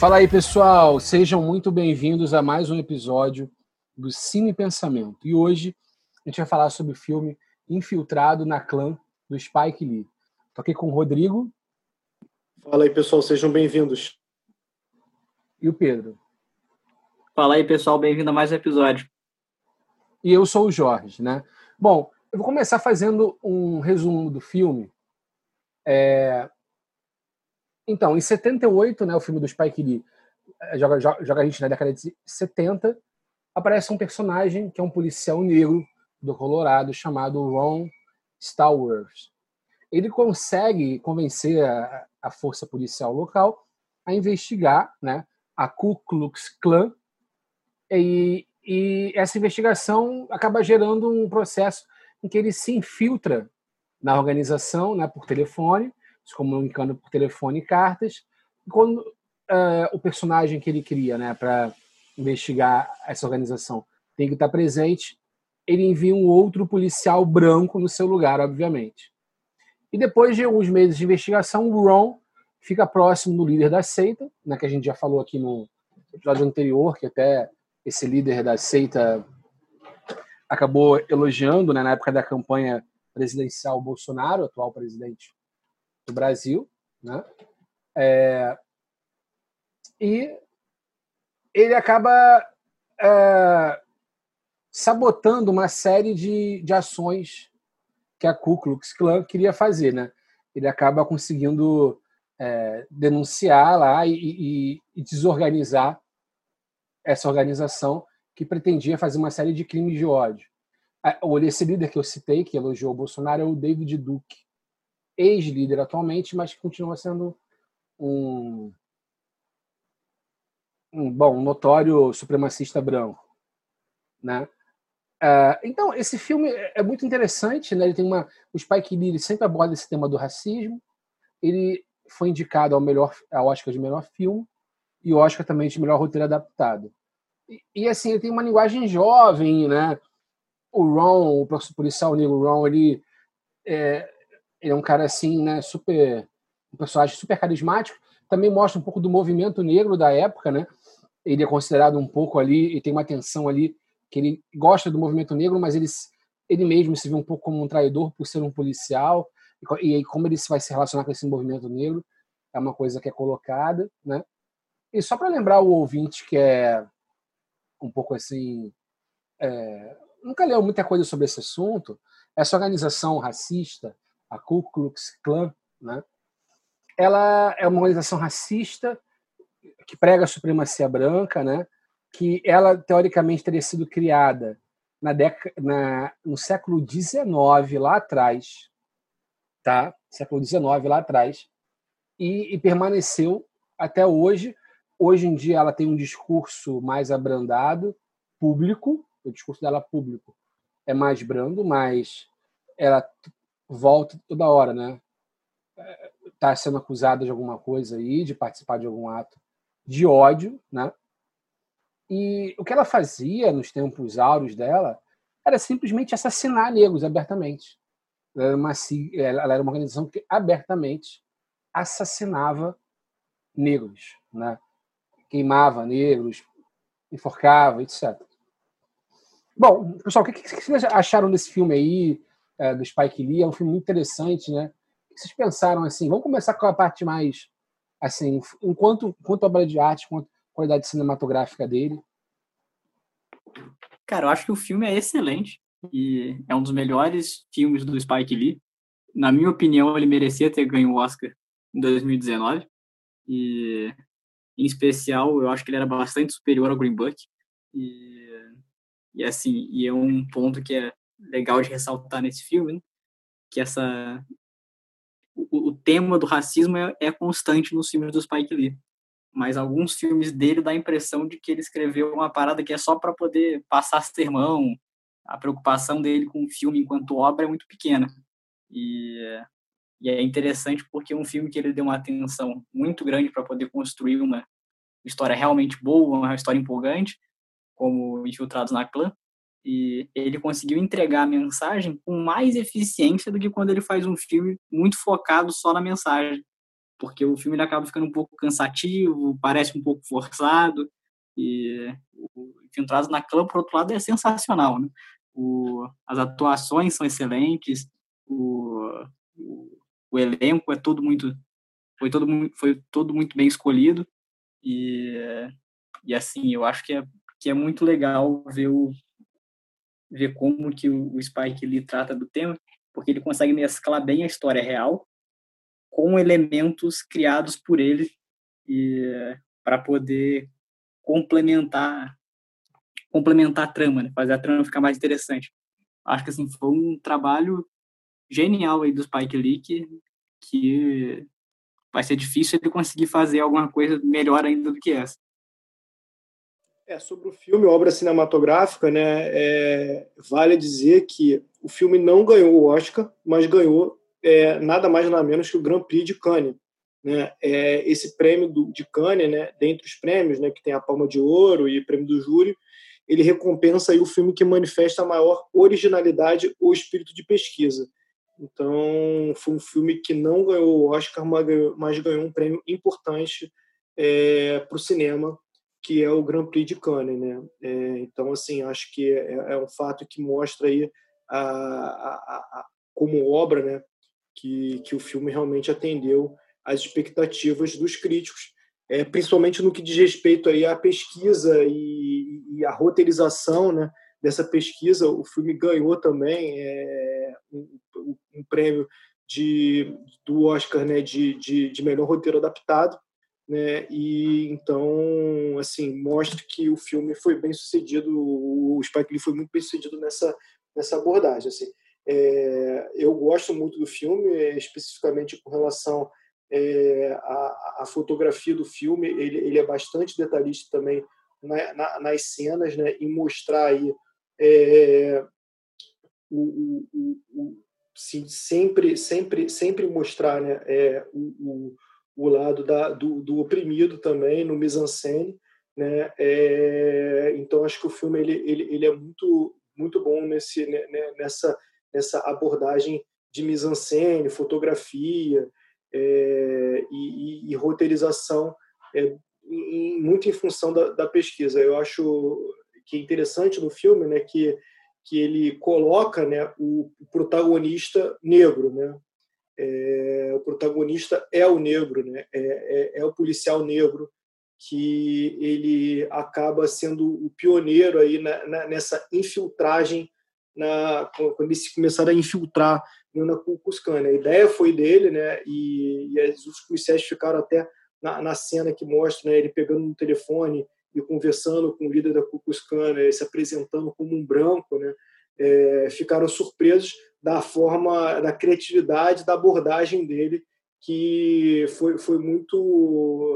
Fala aí, pessoal! Sejam muito bem-vindos a mais um episódio do Cine Pensamento. E hoje a gente vai falar sobre o filme Infiltrado na Clã, do Spike Lee. Estou aqui com o Rodrigo. Fala aí, pessoal, sejam bem-vindos. E o Pedro. Fala aí, pessoal, bem-vindo a mais um episódio. E eu sou o Jorge, né? Bom, eu vou começar fazendo um resumo do filme. Então, em 78, né, o filme do Spike Lee joga a gente na década de 70, aparece um personagem que é um policial negro do Colorado chamado Ron Stallworth. Ele consegue convencer a força policial local a investigar, né, a Ku Klux Klan, e essa investigação acaba gerando um processo em que ele se infiltra na organização, né, por telefone, se comunicando por telefone e cartas. E quando o personagem que ele cria, né, para investigar essa organização tem que estar presente, ele envia um outro policial branco no seu lugar, obviamente. E depois de alguns meses de investigação, o Ron fica próximo do líder da seita, né, que a gente já falou aqui no episódio anterior, que até esse líder da seita acabou elogiando, né, na época da campanha presidencial Bolsonaro, atual presidente do Brasil, né? E ele acaba sabotando uma série de ações que a Ku Klux Klan queria fazer, né? Ele acaba conseguindo denunciar lá e desorganizar essa organização que pretendia fazer uma série de crimes de ódio. Esse líder que eu citei, que elogiou o Bolsonaro, é o David Duke, ex-líder atualmente, mas que continua sendo um notório supremacista branco, né? Então, esse filme é muito interessante, né? Ele tem o Spike Lee, ele sempre aborda esse tema do racismo. Ele foi indicado ao Oscar de melhor filme e o Oscar também de melhor roteiro adaptado. E assim, ele tem uma linguagem jovem, né? O Ron, o policial negro Ron, ele é um cara assim, né? Um personagem super carismático. Também mostra um pouco do movimento negro da época, né? Ele é considerado um pouco ali, e tem uma tensão ali, que ele gosta do movimento negro, mas ele mesmo se vê um pouco como um traidor por ser um policial, e aí como ele vai se relacionar com esse movimento negro é uma coisa que é colocada, né? E só para lembrar o ouvinte que é um pouco assim, nunca leu muita coisa sobre esse assunto, essa organização racista, a Ku Klux Klan, né? Ela é uma organização racista que prega a supremacia branca, né? Que ela teoricamente teria sido criada no século XIX lá atrás, tá? Século XIX lá atrás, e permaneceu até hoje. Hoje em dia ela tem um discurso mais abrandado, público. O discurso dela público é mais brando, mas ela volta toda hora, né? Está sendo acusada de alguma coisa aí, de participar de algum ato de ódio, né? E o que ela fazia nos tempos áureos dela era simplesmente assassinar negros abertamente. Ela era uma organização que abertamente assassinava negros, né? Queimava negros, enforcava, etc. Bom, pessoal, o que vocês acharam desse filme aí, do Spike Lee? É um filme muito interessante, né? O que vocês pensaram assim? Vamos começar com a parte mais, assim, quanto obra de arte, quanto qualidade cinematográfica dele. Cara, eu acho que o filme é excelente e é um dos melhores filmes do Spike Lee. Na minha opinião, ele merecia ter ganho o Oscar em 2019 e, em especial, eu acho que ele era bastante superior ao Green Book e assim, e é um ponto que é legal de ressaltar nesse filme, né? Que o tema do racismo é constante nos filmes do Spike Lee. Mas alguns filmes dele dá a impressão de que ele escreveu uma parada que é só para poder passar sermão. A preocupação dele com o filme enquanto obra é muito pequena. E é interessante porque é um filme que ele deu uma atenção muito grande para poder construir uma história realmente boa, uma história empolgante, como Infiltrados na Clã, e ele conseguiu entregar a mensagem com mais eficiência do que quando ele faz um filme muito focado só na mensagem, porque o filme ele acaba ficando um pouco cansativo, parece um pouco forçado, e o Infiltrados na Clã, por outro lado, é sensacional, né? As atuações são excelentes, o elenco foi todo muito bem escolhido, e assim, eu acho que é muito legal ver como que o Spike Lee trata do tema, porque ele consegue mesclar bem a história real com elementos criados por ele e para poder complementar a trama, né? Fazer a trama ficar mais interessante. Acho que assim foi um trabalho genial aí do Spike Lee que vai ser difícil ele conseguir fazer alguma coisa melhor ainda do que essa. Sobre o filme, obra cinematográfica, né, vale dizer que o filme não ganhou o Oscar, mas ganhou nada mais nada menos que o Grand Prix de Cannes. Né? Esse prêmio de Cannes, né, dentre os prêmios, né, que tem a Palma de Ouro e o prêmio do júri, ele recompensa aí o filme que manifesta a maior originalidade ou espírito de pesquisa. Então, foi um filme que não ganhou o Oscar, mas ganhou um prêmio importante para o cinema, que é o Grand Prix de Cannes, né? Então, assim, acho que é um fato que mostra aí como obra, né, que o filme realmente atendeu às expectativas dos críticos, principalmente no que diz respeito aí à pesquisa e à roteirização, né, dessa pesquisa. O filme ganhou também um prêmio do Oscar, né, de melhor roteiro adaptado, né? E então, assim, mostra que o filme foi bem sucedido, o Spike Lee foi muito bem sucedido nessa abordagem, assim. Eu gosto muito do filme, especificamente com relação à fotografia do filme. Ele é bastante detalhista também nas cenas, né, em mostrar aí sim, sempre mostrar, né, o lado do oprimido também no mise-en-scène, né? Então acho que o filme ele é muito bom nessa abordagem de mise-en-scène, fotografia e roteirização, muito em função da pesquisa. Eu acho que é interessante no filme, né, que ele coloca, né, o protagonista negro, né? O protagonista é o negro, né? É o policial negro, que ele acaba sendo o pioneiro aí nessa infiltragem, quando eles começaram a infiltrar na Ku Klux Klan. A ideia foi dele, né? E os policiais ficaram até na cena que mostra, né, ele pegando no telefone e conversando com o líder da Ku Klux Klan, né, se apresentando como um branco, né? Ficaram surpresos da forma, da criatividade, da abordagem dele, que foi muito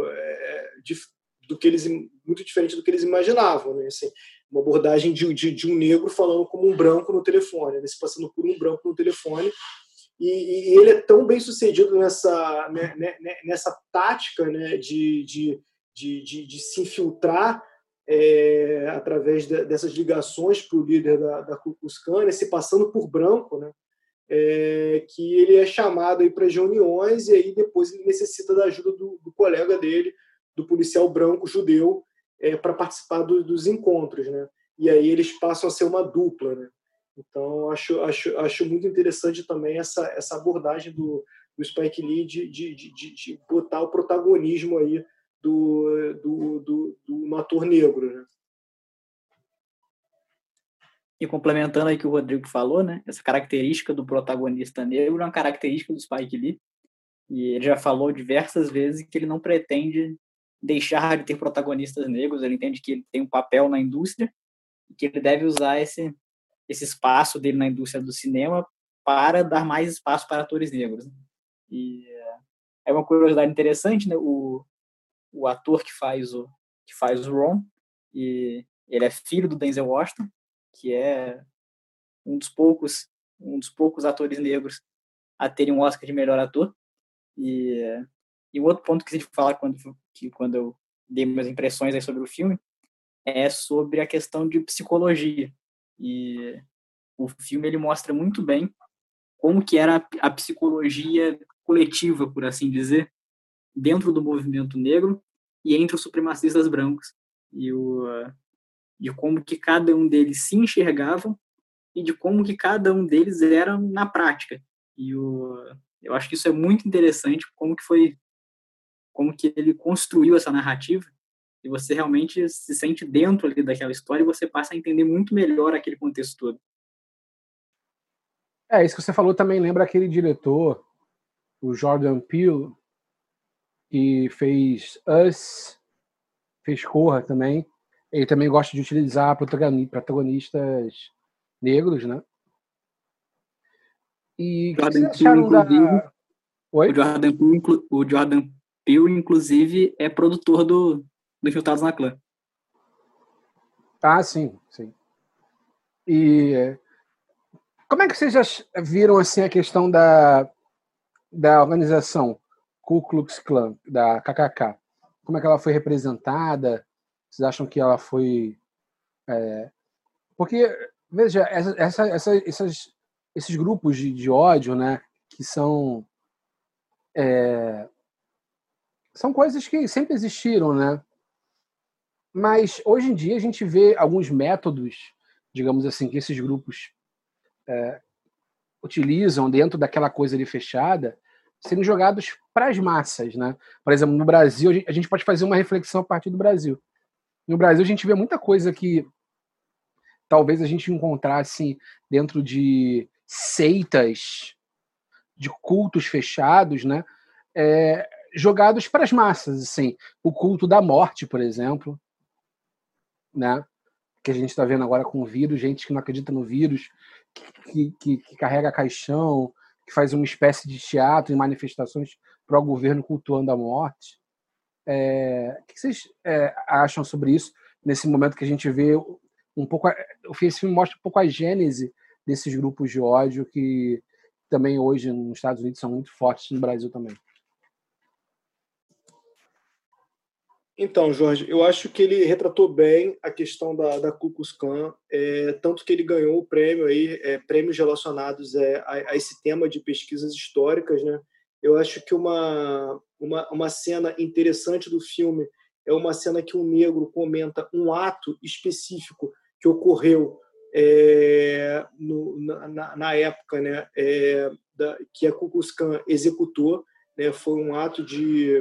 muito diferente do que eles imaginavam, né? Assim, uma abordagem de um negro falando como um branco no telefone, né? Se passando por um branco no telefone. E ele é tão bem sucedido nessa tática, né, de se infiltrar através dessas ligações para o líder da Ku Klux Klan, se passando por branco, né, que ele é chamado para as reuniões, e aí depois ele necessita da ajuda do colega dele, do policial branco judeu, para participar dos encontros, né? E aí eles passam a ser uma dupla, né? Então acho muito interessante também essa abordagem do Spike Lee de botar o protagonismo aí no ator negro, né? E complementando aí o que o Rodrigo falou, né? Essa característica do protagonista negro é uma característica do Spike Lee. E ele já falou diversas vezes que ele não pretende deixar de ter protagonistas negros. Ele entende que ele tem um papel na indústria e que ele deve usar esse espaço dele na indústria do cinema para dar mais espaço para atores negros. E é uma curiosidade interessante, né? O ator que faz o Ron, e ele é filho do Denzel Washington, que é um dos poucos atores negros a terem um Oscar de melhor ator. E o outro ponto que eu quis falar quando eu dei minhas impressões aí sobre o filme é sobre a questão de psicologia. E o filme ele mostra muito bem como que era a psicologia coletiva, por assim dizer, dentro do movimento negro e entre os supremacistas brancos. E como que cada um deles se enxergavam e de como que cada um deles era na prática. Eu acho que isso é muito interessante, como que ele construiu essa narrativa, e você realmente se sente dentro ali daquela história e você passa a entender muito melhor aquele contexto todo. Isso que você falou também lembra aquele diretor, o Jordan Peele, que fez Us, fez Corra também. Ele também gosta de utilizar protagonistas negros, né? E o que vocês acharam da... Oi? O Jordan Peele, inclusive, é produtor do Infiltrados na Clã. Ah, sim, sim. E como é que vocês já viram assim, a questão da organização Ku Klux Klan, da KKK? Como é que ela foi representada? Vocês acham que ela foi... Porque, veja, esses grupos de ódio, né, que são coisas que sempre existiram, né? Mas hoje em dia a gente vê alguns métodos, digamos assim, que esses grupos utilizam dentro daquela coisa ali fechada, sendo jogados para as massas, né? Por exemplo, no Brasil, a gente pode fazer uma reflexão a partir do Brasil. No Brasil a gente vê muita coisa que talvez a gente encontrasse dentro de seitas, de cultos fechados, né? Jogados para as massas, assim. O culto da morte, por exemplo, né? Que a gente está vendo agora com o vírus, gente que não acredita no vírus, que carrega caixão, que faz uma espécie de teatro e manifestações para o governo cultuando a morte. O que vocês acham sobre isso, nesse momento que a gente vê um pouco... Esse filme mostra um pouco a gênese desses grupos de ódio que também hoje nos Estados Unidos são muito fortes, no Brasil também. Então, Jorge, eu acho que ele retratou bem a questão da Ku Klux Klan, tanto que ele ganhou o prêmio aí, prêmios relacionados a esse tema de pesquisas históricas, né? Eu acho que uma cena interessante do filme é uma cena que um negro comenta um ato específico que ocorreu na época, né, que a Ku Klux Klan executou, né? Foi um ato de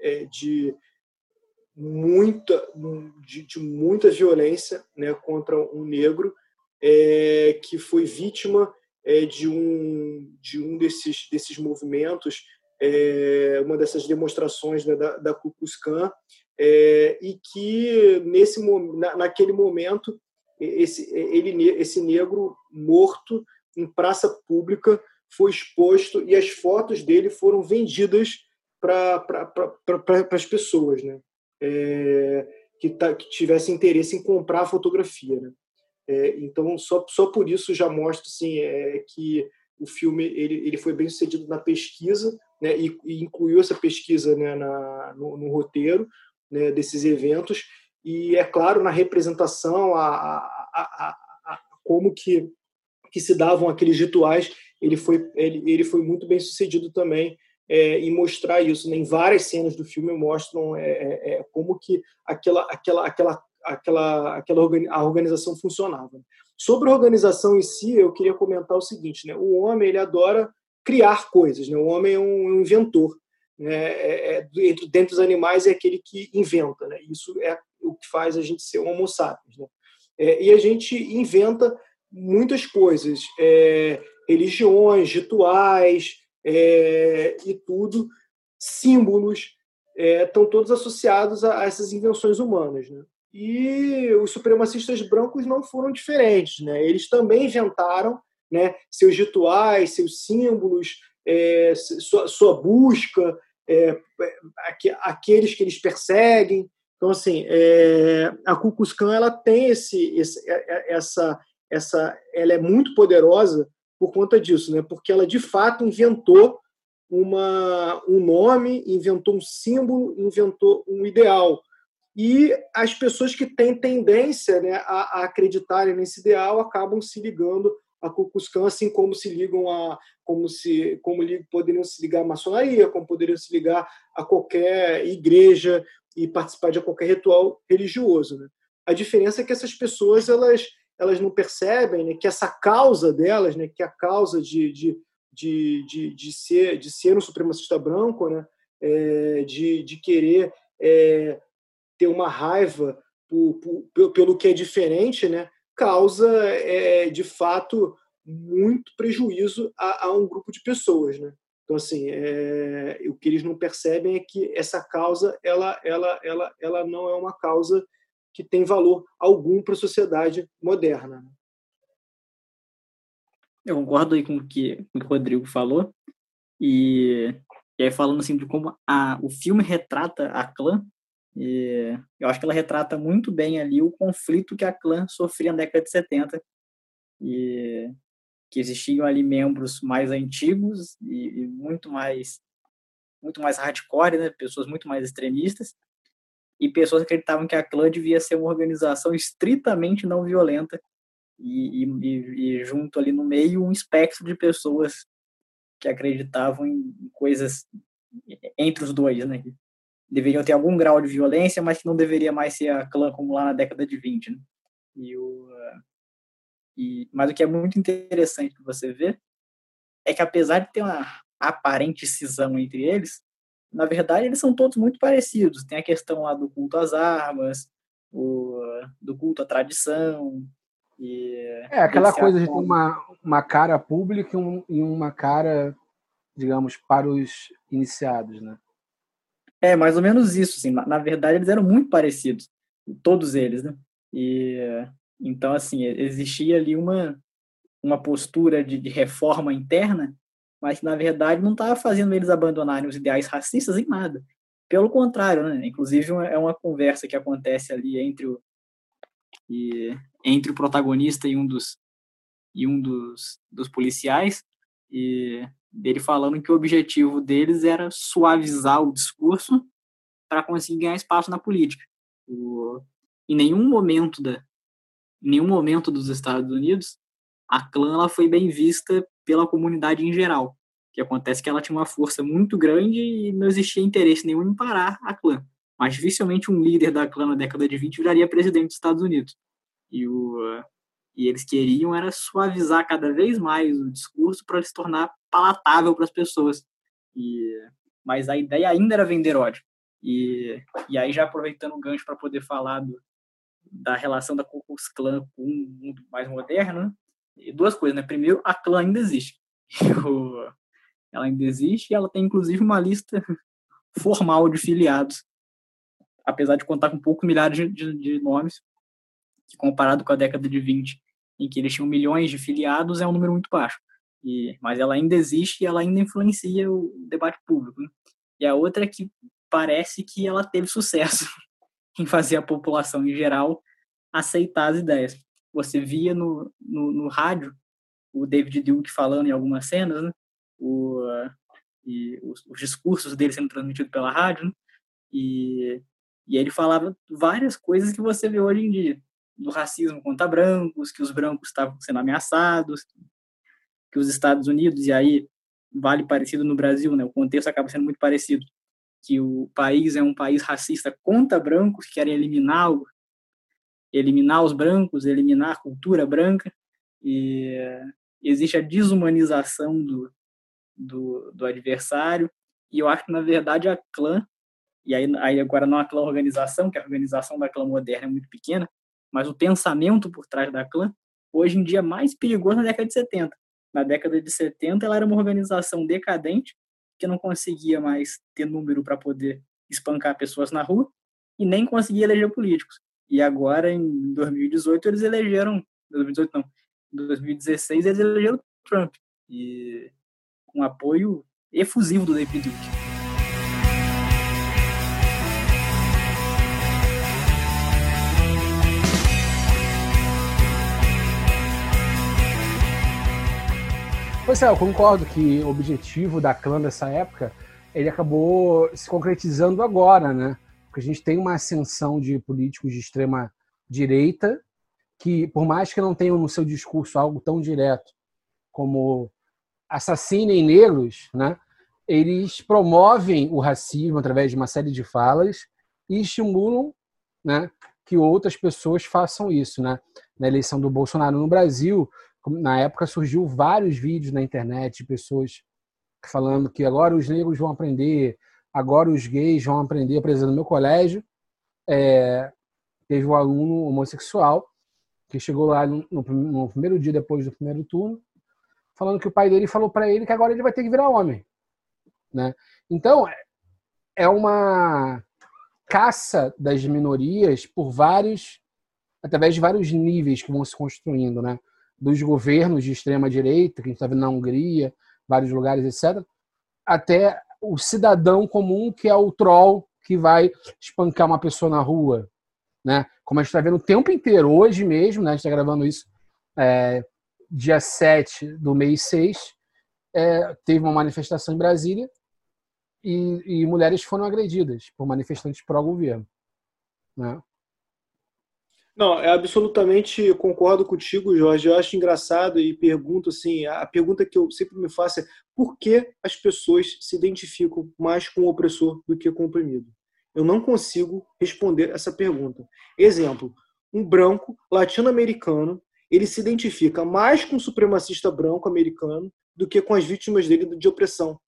muita violência, né, contra um negro que foi vítima de um desses movimentos, uma dessas demonstrações, né, da Ku Klux Klan, e que naquele momento esse negro morto em praça pública foi exposto e as fotos dele foram vendidas para as pessoas, né? Que tivesse interesse em comprar a fotografia, né? Então só por isso já mostra assim, que o filme ele foi bem sucedido na pesquisa, né? E incluiu essa pesquisa, né, no roteiro, né, desses eventos, e é claro na representação como que se davam aqueles rituais. Ele foi muito bem sucedido também em mostrar isso, né? Em várias cenas do filme mostram como que a organização funcionava. Sobre a organização em si, eu queria comentar o seguinte, né? O homem ele adora criar coisas, né? O homem é um inventor, né? Dentre os animais é aquele que inventa, né? Isso é o que faz a gente ser um Homo sapiens, né? E a gente inventa muitas coisas, religiões, rituais, e tudo, símbolos, estão todos associados a essas invenções humanas, né? E os supremacistas brancos não foram diferentes, né? Eles também inventaram, né, seus rituais, seus símbolos, sua busca, aqueles que eles perseguem. Então, assim, a Ku Klux Klan ela tem ela é muito poderosa por conta disso, né? Porque ela de fato inventou um nome, inventou um símbolo, inventou um ideal. E as pessoas que têm tendência, né, a acreditarem nesse ideal acabam se ligando a Ku Klux Klan, assim como se ligam poderiam se ligar à maçonaria, como poderiam se ligar a qualquer igreja e participar de qualquer ritual religioso, né? A diferença é que essas pessoas elas não percebem, né, que essa causa delas, né, que a causa de ser um supremacista branco, né, de querer ter uma raiva pelo que é diferente, né, causa, de fato, muito prejuízo a um grupo de pessoas, né? Então, assim, o que eles não percebem é que essa causa ela não é uma causa que tem valor algum para a sociedade moderna. Eu concordo aí com o que o Rodrigo falou, e aí falando assim de como o filme retrata a clã, e eu acho que ela retrata muito bem ali o conflito que a clã sofria na década de 70, e que existiam ali membros mais antigos e muito mais hardcore, né? Pessoas muito mais extremistas, e pessoas que acreditavam que a clã devia ser uma organização estritamente não violenta, e junto ali no meio um espectro de pessoas que acreditavam em coisas entre os dois, né? Deveriam ter algum grau de violência, mas que não deveria mais ser a clã como lá na década de 20, né? Mas o que é muito interessante que você vê é que, apesar de ter uma aparente cisão entre eles, na verdade eles são todos muito parecidos. Tem a questão lá do culto às armas, do culto à tradição. Aquela coisa de ter uma cara pública e uma cara, digamos, para os iniciados, né? Mais ou menos isso, assim. Na verdade, eles eram muito parecidos, todos eles, né? Então, assim, existia ali uma postura de reforma interna, mas que, na verdade, não estava fazendo eles abandonarem os ideais racistas em nada. Pelo contrário, né? Inclusive, é uma conversa que acontece ali entre o protagonista e um dos policiais, e dele falando que o objetivo deles era suavizar o discurso para conseguir ganhar espaço na política. Em nenhum momento dos Estados Unidos a clã ela foi bem vista pela comunidade em geral. O que acontece é que ela tinha uma força muito grande e não existia interesse nenhum em parar a clã. Mas dificilmente um líder da clã na década de 20 viraria presidente dos Estados Unidos. E eles queriam era suavizar cada vez mais o discurso para se tornar palatável para as pessoas. Mas a ideia ainda era vender ódio. E aí, já aproveitando o gancho para poder falar da relação da Ku Klux Klan com um mundo mais moderno, né? E duas coisas, né? Primeiro, a clã ainda existe. Ela ainda existe, e ela tem, inclusive, uma lista formal de filiados, apesar de contar com poucos milhares de nomes, que, comparado com a década de 20, em que eles tinham milhões de filiados, é um número muito baixo. Mas ela ainda existe e ela ainda influencia o debate público, né? E a outra é que parece que ela teve sucesso em fazer a população em geral aceitar as ideias. Você via no rádio o David Duke falando em algumas cenas, né? Os discursos dele sendo transmitidos pela rádio, né? E ele falava várias coisas que você vê hoje em dia, do racismo contra brancos, que os brancos estavam sendo ameaçados, que os Estados Unidos, e aí vale parecido no Brasil, né? O contexto acaba sendo muito parecido, que o país é um país racista contra brancos, que querem eliminar os brancos, eliminar a cultura branca, e existe a desumanização do adversário, e eu acho que, na verdade, a clã, e aí agora não a clã organização, que a organização da clã moderna é muito pequena, mas o pensamento por trás da clã, hoje em dia é mais perigoso na década de 70. Na década de 70, ela era uma organização decadente, que não conseguia mais ter número para poder espancar pessoas na rua, e nem conseguia eleger políticos. E agora, em 2018, eles elegeram... 2018 não. Em 2016, eles elegeram Trump. E com apoio efusivo do David Duke. Pois é, eu concordo que o objetivo da clã dessa época, ele acabou se concretizando agora, né? Porque a gente tem uma ascensão de políticos de extrema direita que, por mais que não tenham no seu discurso algo tão direto como assassinem negros, né, eles promovem o racismo através de uma série de falas e estimulam, né, que outras pessoas façam isso, né? Na eleição do Bolsonaro no Brasil, na época surgiu vários vídeos na internet de pessoas falando que agora os negros vão aprender, agora os gays vão aprender. Por exemplo, no meu colégio, teve um aluno homossexual que chegou lá no primeiro dia depois do primeiro turno, falando que o pai dele falou para ele que agora ele vai ter que virar homem, né? Então, é uma caça das minorias através de vários níveis que vão se construindo, né? Dos governos de extrema direita, que a gente está vendo na Hungria, vários lugares, etc., até o cidadão comum, que é o troll que vai espancar uma pessoa na rua, né? Como a gente está vendo o tempo inteiro, hoje mesmo, né? A gente está gravando isso dia 7 do mês 6, teve uma manifestação em Brasília e mulheres foram agredidas por manifestantes pró-governo, né? Não, absolutamente concordo contigo, Jorge. Eu acho engraçado e pergunto assim, a pergunta que eu sempre me faço é por que as pessoas se identificam mais com o opressor do que com o oprimido? Eu não consigo responder essa pergunta. Exemplo, um branco latino-americano, ele se identifica mais com o supremacista branco americano do que com as vítimas dele de opressão.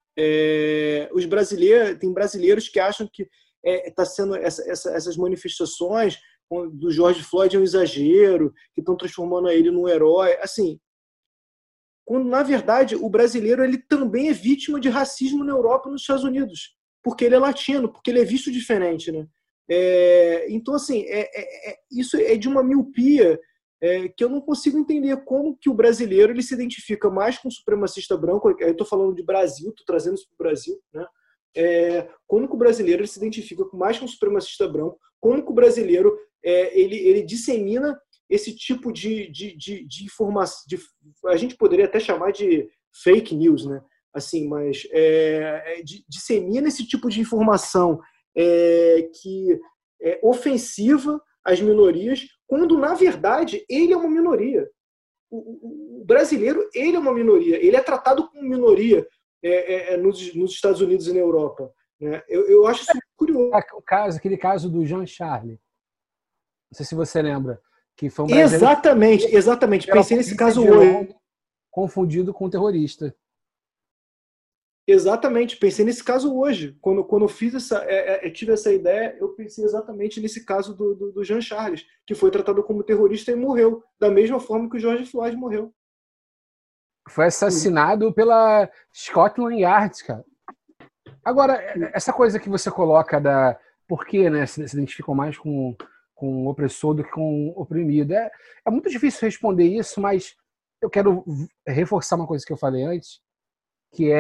Tem brasileiros que acham que tá sendo essas manifestações do George Floyd é um exagero, que estão transformando ele num herói, assim, quando na verdade o brasileiro ele também é vítima de racismo na Europa e nos Estados Unidos, porque ele é latino, porque ele é visto diferente, né? Então assim, isso é de uma miopia que eu não consigo entender como que o brasileiro ele se identifica mais com o supremacista branco. Eu estou falando de Brasil, estou trazendo isso para o Brasil, né? Como que o brasileiro ele se identifica mais com o supremacista branco, como que o brasileiro ele dissemina esse tipo de informação, a gente poderia até chamar de fake news, né? Assim, mas dissemina esse tipo de informação que é ofensiva às minorias, quando na verdade ele é uma minoria. O brasileiro ele é uma minoria, ele é tratado como minoria nos Estados Unidos e na Europa, né? Eu acho isso curioso. Aquele caso do Jean Charles, não sei se você lembra, que foi um brasileiro exatamente. Pensei nesse caso hoje. Confundido com um terrorista. Exatamente, pensei nesse caso hoje. Quando eu fiz tive essa ideia, eu pensei exatamente nesse caso do Jean Charles, que foi tratado como terrorista e morreu, da mesma forma que o George Floyd morreu. Foi assassinado pela Scotland Yard, cara. Agora, essa coisa que você coloca da por que, né, se identificam mais com o opressor do que com o oprimido. É muito difícil responder isso, mas eu quero reforçar uma coisa que eu falei antes, que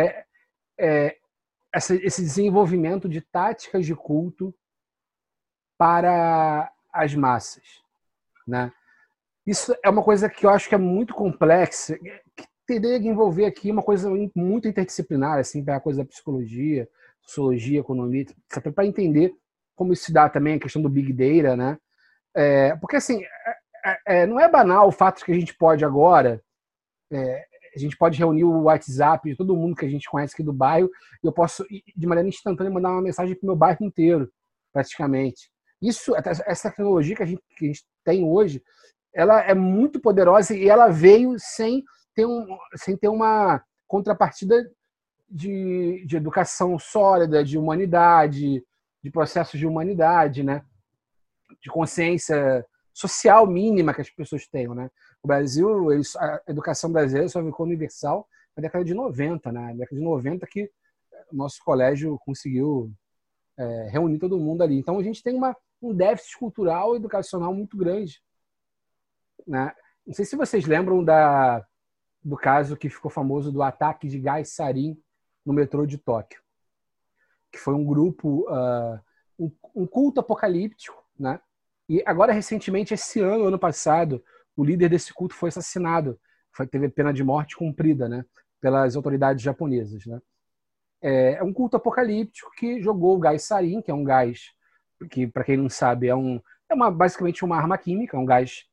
esse desenvolvimento de táticas de culto para as massas, né? Isso é uma coisa que eu acho que é muito complexa, que teria que envolver aqui uma coisa muito interdisciplinar, assim, para a coisa da psicologia, sociologia, economia, para entender como isso se dá também a questão do Big Data, né? Porque, assim, não é banal o fato de que a gente pode agora, a gente pode reunir o WhatsApp de todo mundo que a gente conhece aqui do bairro e eu posso, de maneira instantânea, mandar uma mensagem para o meu bairro inteiro, praticamente. Essa tecnologia que a gente tem hoje, ela é muito poderosa e ela veio sem ter uma contrapartida de educação sólida, de humanidade, de processos de humanidade, né? De consciência social mínima que as pessoas tenham, né? O Brasil, a educação brasileira só ficou universal na década de 90, né? Na década de 90 que o nosso colégio conseguiu reunir todo mundo ali. Então a gente tem um déficit cultural e educacional muito grande, né? Não sei se vocês lembram do caso que ficou famoso do ataque de gás sarin no metrô de Tóquio, que foi um grupo, um culto apocalíptico, né? E agora, recentemente, ano passado, o líder desse culto foi assassinado. Teve pena de morte cumprida, né? Pelas autoridades japonesas, né? É um culto apocalíptico que jogou o gás sarin, que é um gás que, para quem não sabe, basicamente uma arma química, um gás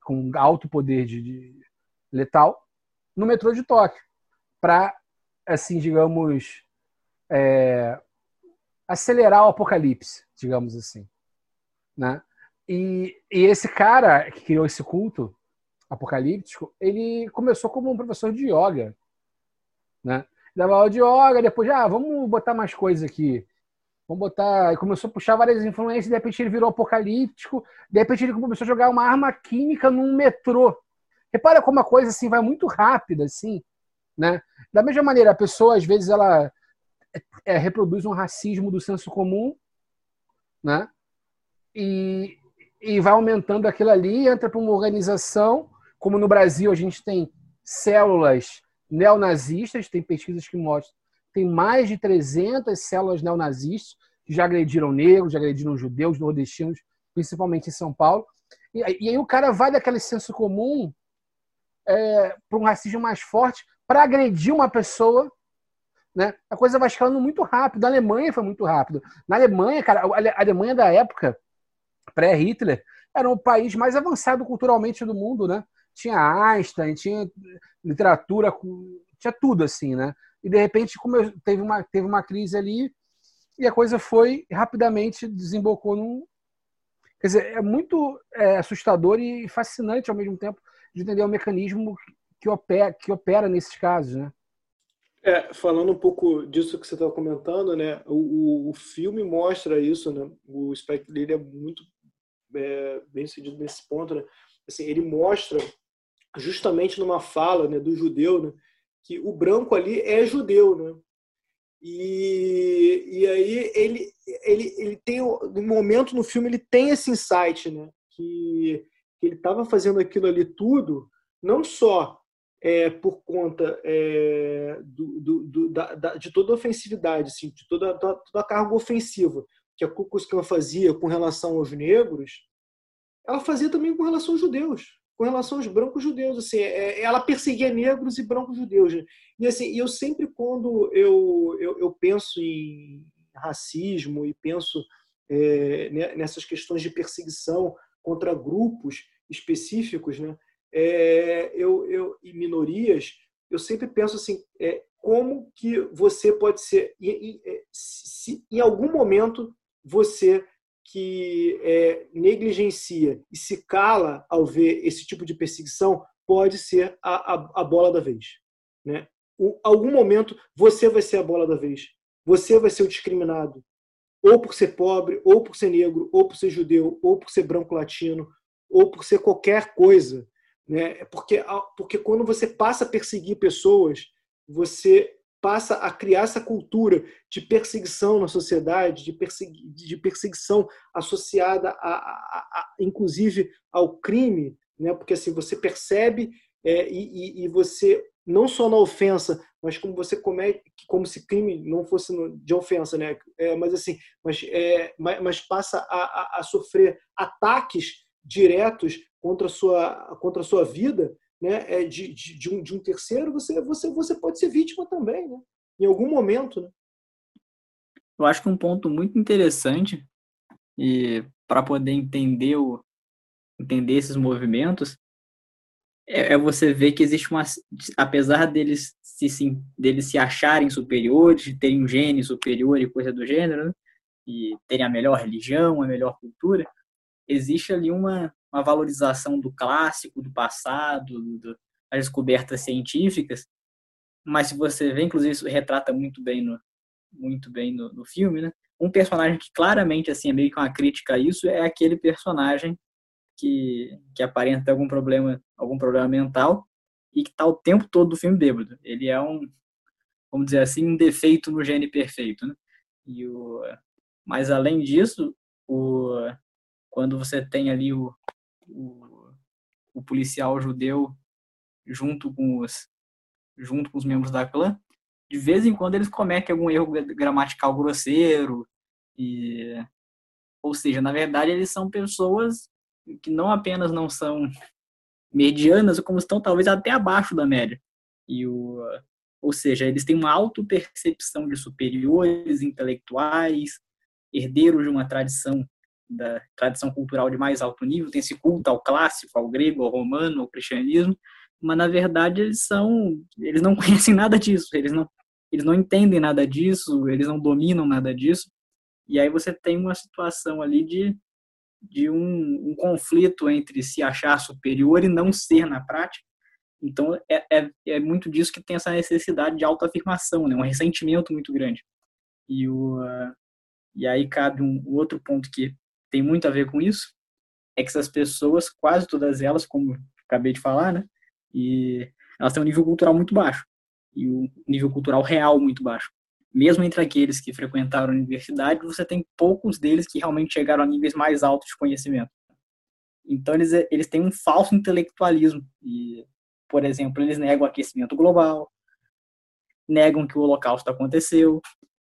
com alto poder de letal no metrô de Tóquio para, assim, digamos, acelerar o apocalipse, digamos assim, né? E esse cara que criou esse culto apocalíptico, ele começou como um professor de yoga, né? Dava aula de yoga, depois vamos botar mais coisas aqui. Vamos botar. Começou a puxar várias influências, de repente ele virou apocalíptico, de repente ele começou a jogar uma arma química num metrô. Repara como a coisa assim vai muito rápida, assim, né? Da mesma maneira, a pessoa às vezes ela reproduz um racismo do senso comum, né? E, vai aumentando aquilo ali, entra para uma organização, como no Brasil a gente tem células neonazistas, tem pesquisas que mostram, tem mais de 300 células neonazistas que já agrediram negros, já agrediram judeus, nordestinos, principalmente em São Paulo. E aí o cara vai daquele senso comum para um racismo mais forte para agredir uma pessoa, né? A coisa vai escalando muito rápido. Na Alemanha foi muito rápido. Na Alemanha, cara, a Alemanha da época, pré-Hitler, era o país mais avançado culturalmente do mundo, né? Tinha Einstein, tinha literatura, tinha tudo assim, né? E de repente teve uma crise ali e a coisa foi rapidamente desembocou num. Quer dizer, é muito assustador e fascinante ao mesmo tempo de entender o mecanismo que opera nesses casos, né? Falando um pouco disso que você estava comentando, né? O filme mostra isso, né? O Spike Lee é muito bem sucedido nesse ponto, né? Assim, ele mostra justamente numa fala, né, do judeu, né, que o branco ali é judeu, né? E aí ele tem um momento no filme, ele tem esse insight, né, que ele estava fazendo aquilo ali tudo não só por conta de toda a ofensividade, assim, de toda a carga ofensiva que a Ku Klux Klan fazia com relação aos negros, ela fazia também com relação aos judeus, com relação aos brancos judeus. Assim, ela perseguia negros e brancos judeus. Né? E assim, eu sempre, quando eu penso em racismo e penso nessas questões de perseguição contra grupos específicos, né, e minorias, eu sempre penso assim, como que você pode ser, se em algum momento você que negligencia e se cala ao ver esse tipo de perseguição pode ser a bola da vez. Né? Algum momento você vai ser a bola da vez. Você vai ser o discriminado. Ou por ser pobre, ou por ser negro, ou por ser judeu, ou por ser branco latino, ou por ser qualquer coisa. Né? Porque quando você passa a perseguir pessoas, você passa a criar essa cultura de perseguição na sociedade, de perseguição associada inclusive ao crime, né? Porque assim você percebe e você não só na ofensa, mas como você comete, como se crime não fosse de ofensa, né? Mas passa a sofrer ataques diretos contra a sua vida, né, de um terceiro, você pode ser vítima também, né, em algum momento. Né? Eu acho que um ponto muito interessante, e para poder entender esses movimentos, é você ver que existe apesar deles se acharem superiores, de terem um gene superior e coisa do gênero, né, e terem a melhor religião, a melhor cultura, existe ali uma valorização do clássico, do passado, das descobertas científicas, mas se você vê, inclusive isso retrata muito bem no filme, né? Um personagem que claramente assim, é meio que uma crítica a isso é aquele personagem que aparenta algum problema mental e que está o tempo todo do filme bêbado. Ele é vamos dizer assim, um defeito no gene perfeito, né? Mas além disso, quando você tem ali o policial judeu junto com os membros da clã, de vez em quando eles cometem algum erro gramatical grosseiro, ou seja, na verdade eles são pessoas que não apenas não são medianas, como estão talvez até abaixo da média. Ou seja, eles têm uma autopercepção de superiores intelectuais, herdeiros de uma tradição da tradição cultural de mais alto nível, tem esse culto ao clássico, ao grego, ao romano, ao cristianismo, mas na verdade eles não conhecem nada disso, eles não entendem nada disso, eles não dominam nada disso, e aí você tem uma situação ali de um conflito entre se achar superior e não ser na prática. Então é muito disso que tem essa necessidade de autoafirmação, né? Um ressentimento muito grande. E aí cabe um outro ponto que tem muito a ver com isso, é que essas pessoas, quase todas elas, como acabei de falar, né? E elas têm um nível cultural muito baixo, e um nível cultural real muito baixo. Mesmo entre aqueles que frequentaram a universidade, você tem poucos deles que realmente chegaram a níveis mais altos de conhecimento. Então eles têm um falso intelectualismo. E, por exemplo, eles negam o aquecimento global, negam que o Holocausto aconteceu,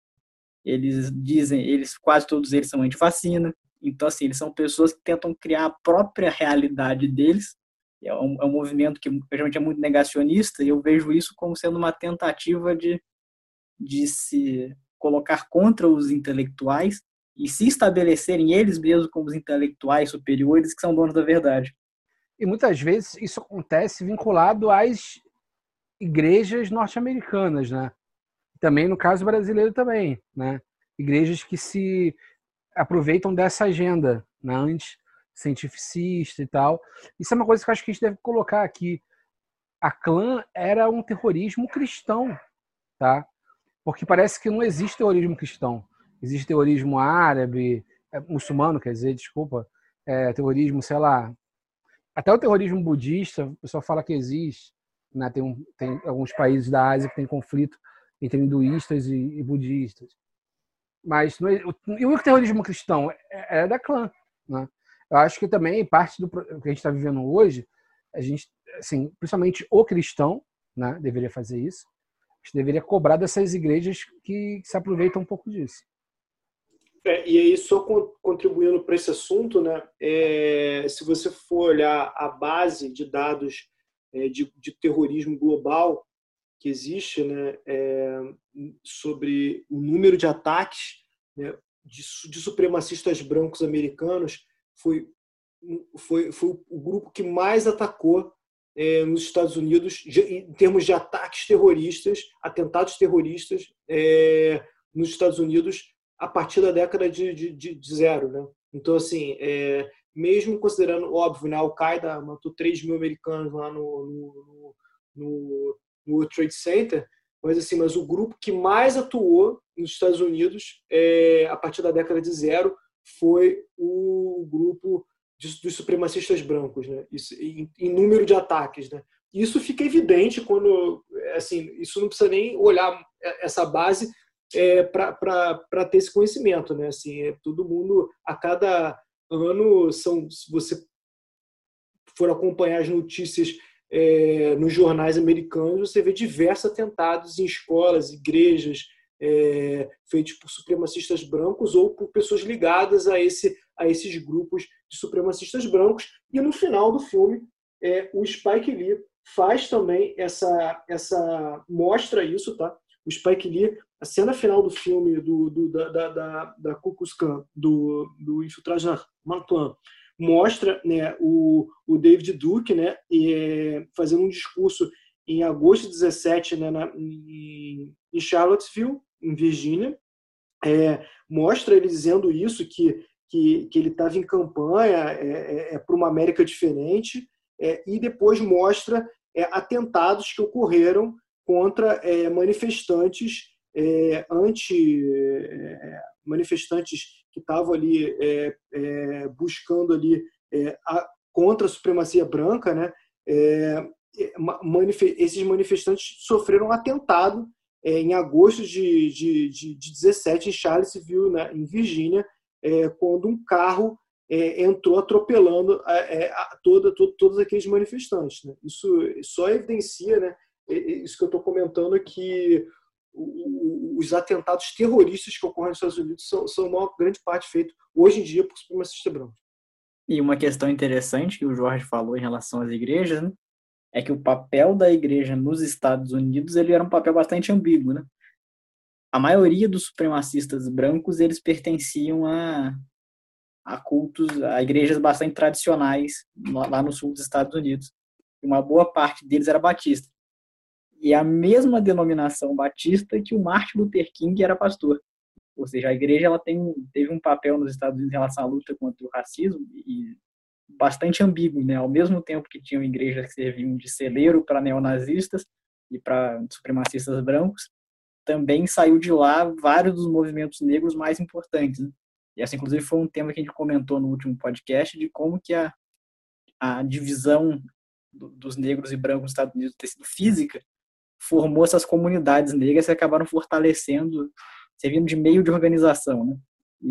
quase todos eles são antivacina. Então, assim, eles são pessoas que tentam criar a própria realidade deles. É um movimento que geralmente é muito negacionista, e eu vejo isso como sendo uma tentativa de se colocar contra os intelectuais e se estabelecerem eles mesmos como os intelectuais superiores que são donos da verdade. E muitas vezes isso acontece vinculado às igrejas norte-americanas, né? Também no caso brasileiro também, né? Igrejas que se aproveitam dessa agenda, né? Anti-cientificista e tal. Isso é uma coisa que eu acho que a gente deve colocar aqui. A Klan era um terrorismo cristão, tá? Porque parece que não existe terrorismo cristão. Existe terrorismo árabe, muçulmano, quer dizer, desculpa, terrorismo, sei lá. Até o terrorismo budista, o pessoal fala que existe. Né? Tem alguns países da Ásia que tem conflito entre hinduístas e budistas. Mas e o terrorismo cristão é da Klan. Né? Eu acho que também parte do que a gente está vivendo hoje, a gente, assim, principalmente o cristão, né, deveria fazer isso. A gente deveria cobrar dessas igrejas que se aproveitam um pouco disso. E aí, só contribuindo para esse assunto, né, se você for olhar a base de dados de terrorismo global que existe, né, sobre o número de ataques, né, de supremacistas brancos americanos, foi o grupo que mais atacou nos Estados Unidos em termos de ataques terroristas, atentados terroristas nos Estados Unidos a partir da década de zero, né? Então, assim, mesmo considerando, óbvio, né, a Al-Qaeda matou 3 mil americanos lá no World Trade Center, mas o grupo que mais atuou nos Estados Unidos a partir da década de zero foi o grupo dos supremacistas brancos, né? Isso, em número de ataques, né? Isso fica evidente quando, assim, isso não precisa nem olhar essa base para ter esse conhecimento, né? Assim, todo mundo, a cada ano, se você for acompanhar as notícias nos jornais americanos, você vê diversos atentados em escolas, igrejas, feitos por supremacistas brancos ou por pessoas ligadas a esses grupos de supremacistas brancos. E no final do filme, o Spike Lee faz também mostra isso, tá? O Spike Lee, a cena final do filme da Ku Klux Klan, do Infiltrado na Mantuan, mostra, né, o David Duke, né, fazendo um discurso em agosto de 17, né, em Charlottesville, em Virgínia. Mostra ele dizendo isso, que ele estava em campanha para uma América diferente, e depois mostra atentados que ocorreram contra manifestantes manifestantes que estavam ali buscando ali contra a supremacia branca, né? Esses manifestantes sofreram um atentado em agosto de 17 em Charlottesville, né, em Virgínia, quando um carro entrou atropelando todos aqueles manifestantes, né? Isso só evidencia, né, isso que eu estou comentando, que os atentados terroristas que ocorrem nos Estados Unidos são uma grande parte feito hoje em dia por supremacistas brancos. E uma questão interessante que o Jorge falou em relação às igrejas, né, é que o papel da igreja nos Estados Unidos ele era um papel bastante ambíguo, né? A maioria dos supremacistas brancos eles pertenciam cultos, a igrejas bastante tradicionais lá no sul dos Estados Unidos. Uma boa parte deles era batista. E a mesma denominação batista que o Martin Luther King era pastor. Ou seja, a igreja ela teve um papel nos Estados Unidos em relação à luta contra o racismo e bastante ambíguo, né? Ao mesmo tempo que tinham igrejas que serviam de celeiro para neonazistas e para supremacistas brancos, também saiu de lá vários dos movimentos negros mais importantes, né? E essa, inclusive, foi um tema que a gente comentou no último podcast, de como que a divisão dos negros e brancos nos Estados Unidos ter sido física, formou essas comunidades negras que acabaram fortalecendo, servindo de meio de organização, né?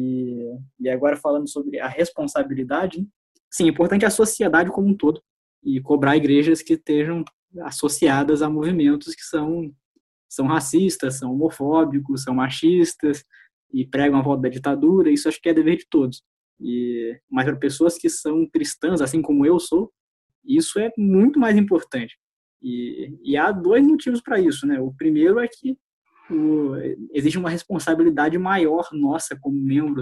E agora falando sobre a responsabilidade, sim, é importante a sociedade como um todo e cobrar igrejas que estejam associadas a movimentos que são racistas, são homofóbicos, são machistas e pregam a volta da ditadura. Isso acho que é dever de todos. Mas para pessoas que são cristãs, assim como eu sou, isso é muito mais importante. E há dois motivos para isso, né? O primeiro é que existe uma responsabilidade maior nossa como membros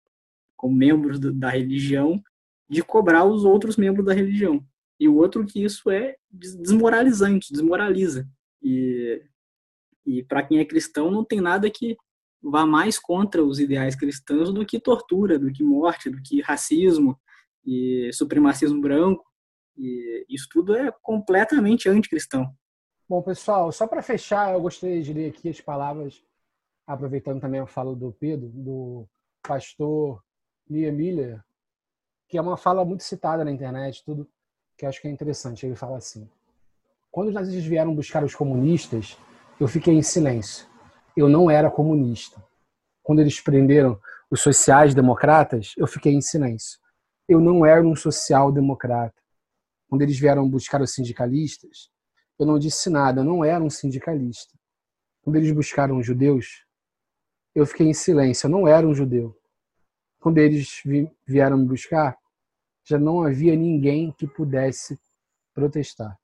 da religião de cobrar os outros membros da religião. E o outro que isso é desmoralizante, desmoraliza. E para quem é cristão não tem nada que vá mais contra os ideais cristãos do que tortura, do que morte, do que racismo e supremacismo branco. E isso tudo é completamente anticristão. Bom, pessoal, só para fechar, eu gostaria de ler aqui as palavras, aproveitando também a fala do Pedro, do pastor Nia Miller, que é uma fala muito citada na internet, tudo que eu acho que é interessante. Ele fala assim: quando os nazistas vieram buscar os comunistas, eu fiquei em silêncio. Eu não era comunista. Quando eles prenderam os sociais-democratas, eu fiquei em silêncio. Eu não era um social-democrata. Quando eles vieram buscar os sindicalistas, eu não disse nada, eu não era um sindicalista. Quando eles buscaram os judeus, eu fiquei em silêncio, eu não era um judeu. Quando eles vieram me buscar, já não havia ninguém que pudesse protestar.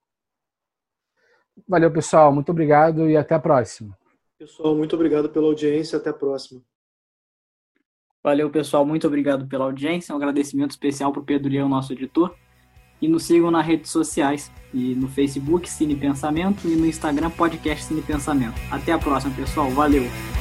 Valeu, pessoal. Muito obrigado e até a próxima. Pessoal, muito obrigado pela audiência. Até a próxima. Valeu, pessoal. Muito obrigado pela audiência. Um agradecimento especial para o Pedro Leão, nosso editor. E nos sigam nas redes sociais. E no Facebook, Cine Pensamento. E no Instagram, Podcast Cine Pensamento. Até a próxima, pessoal. Valeu!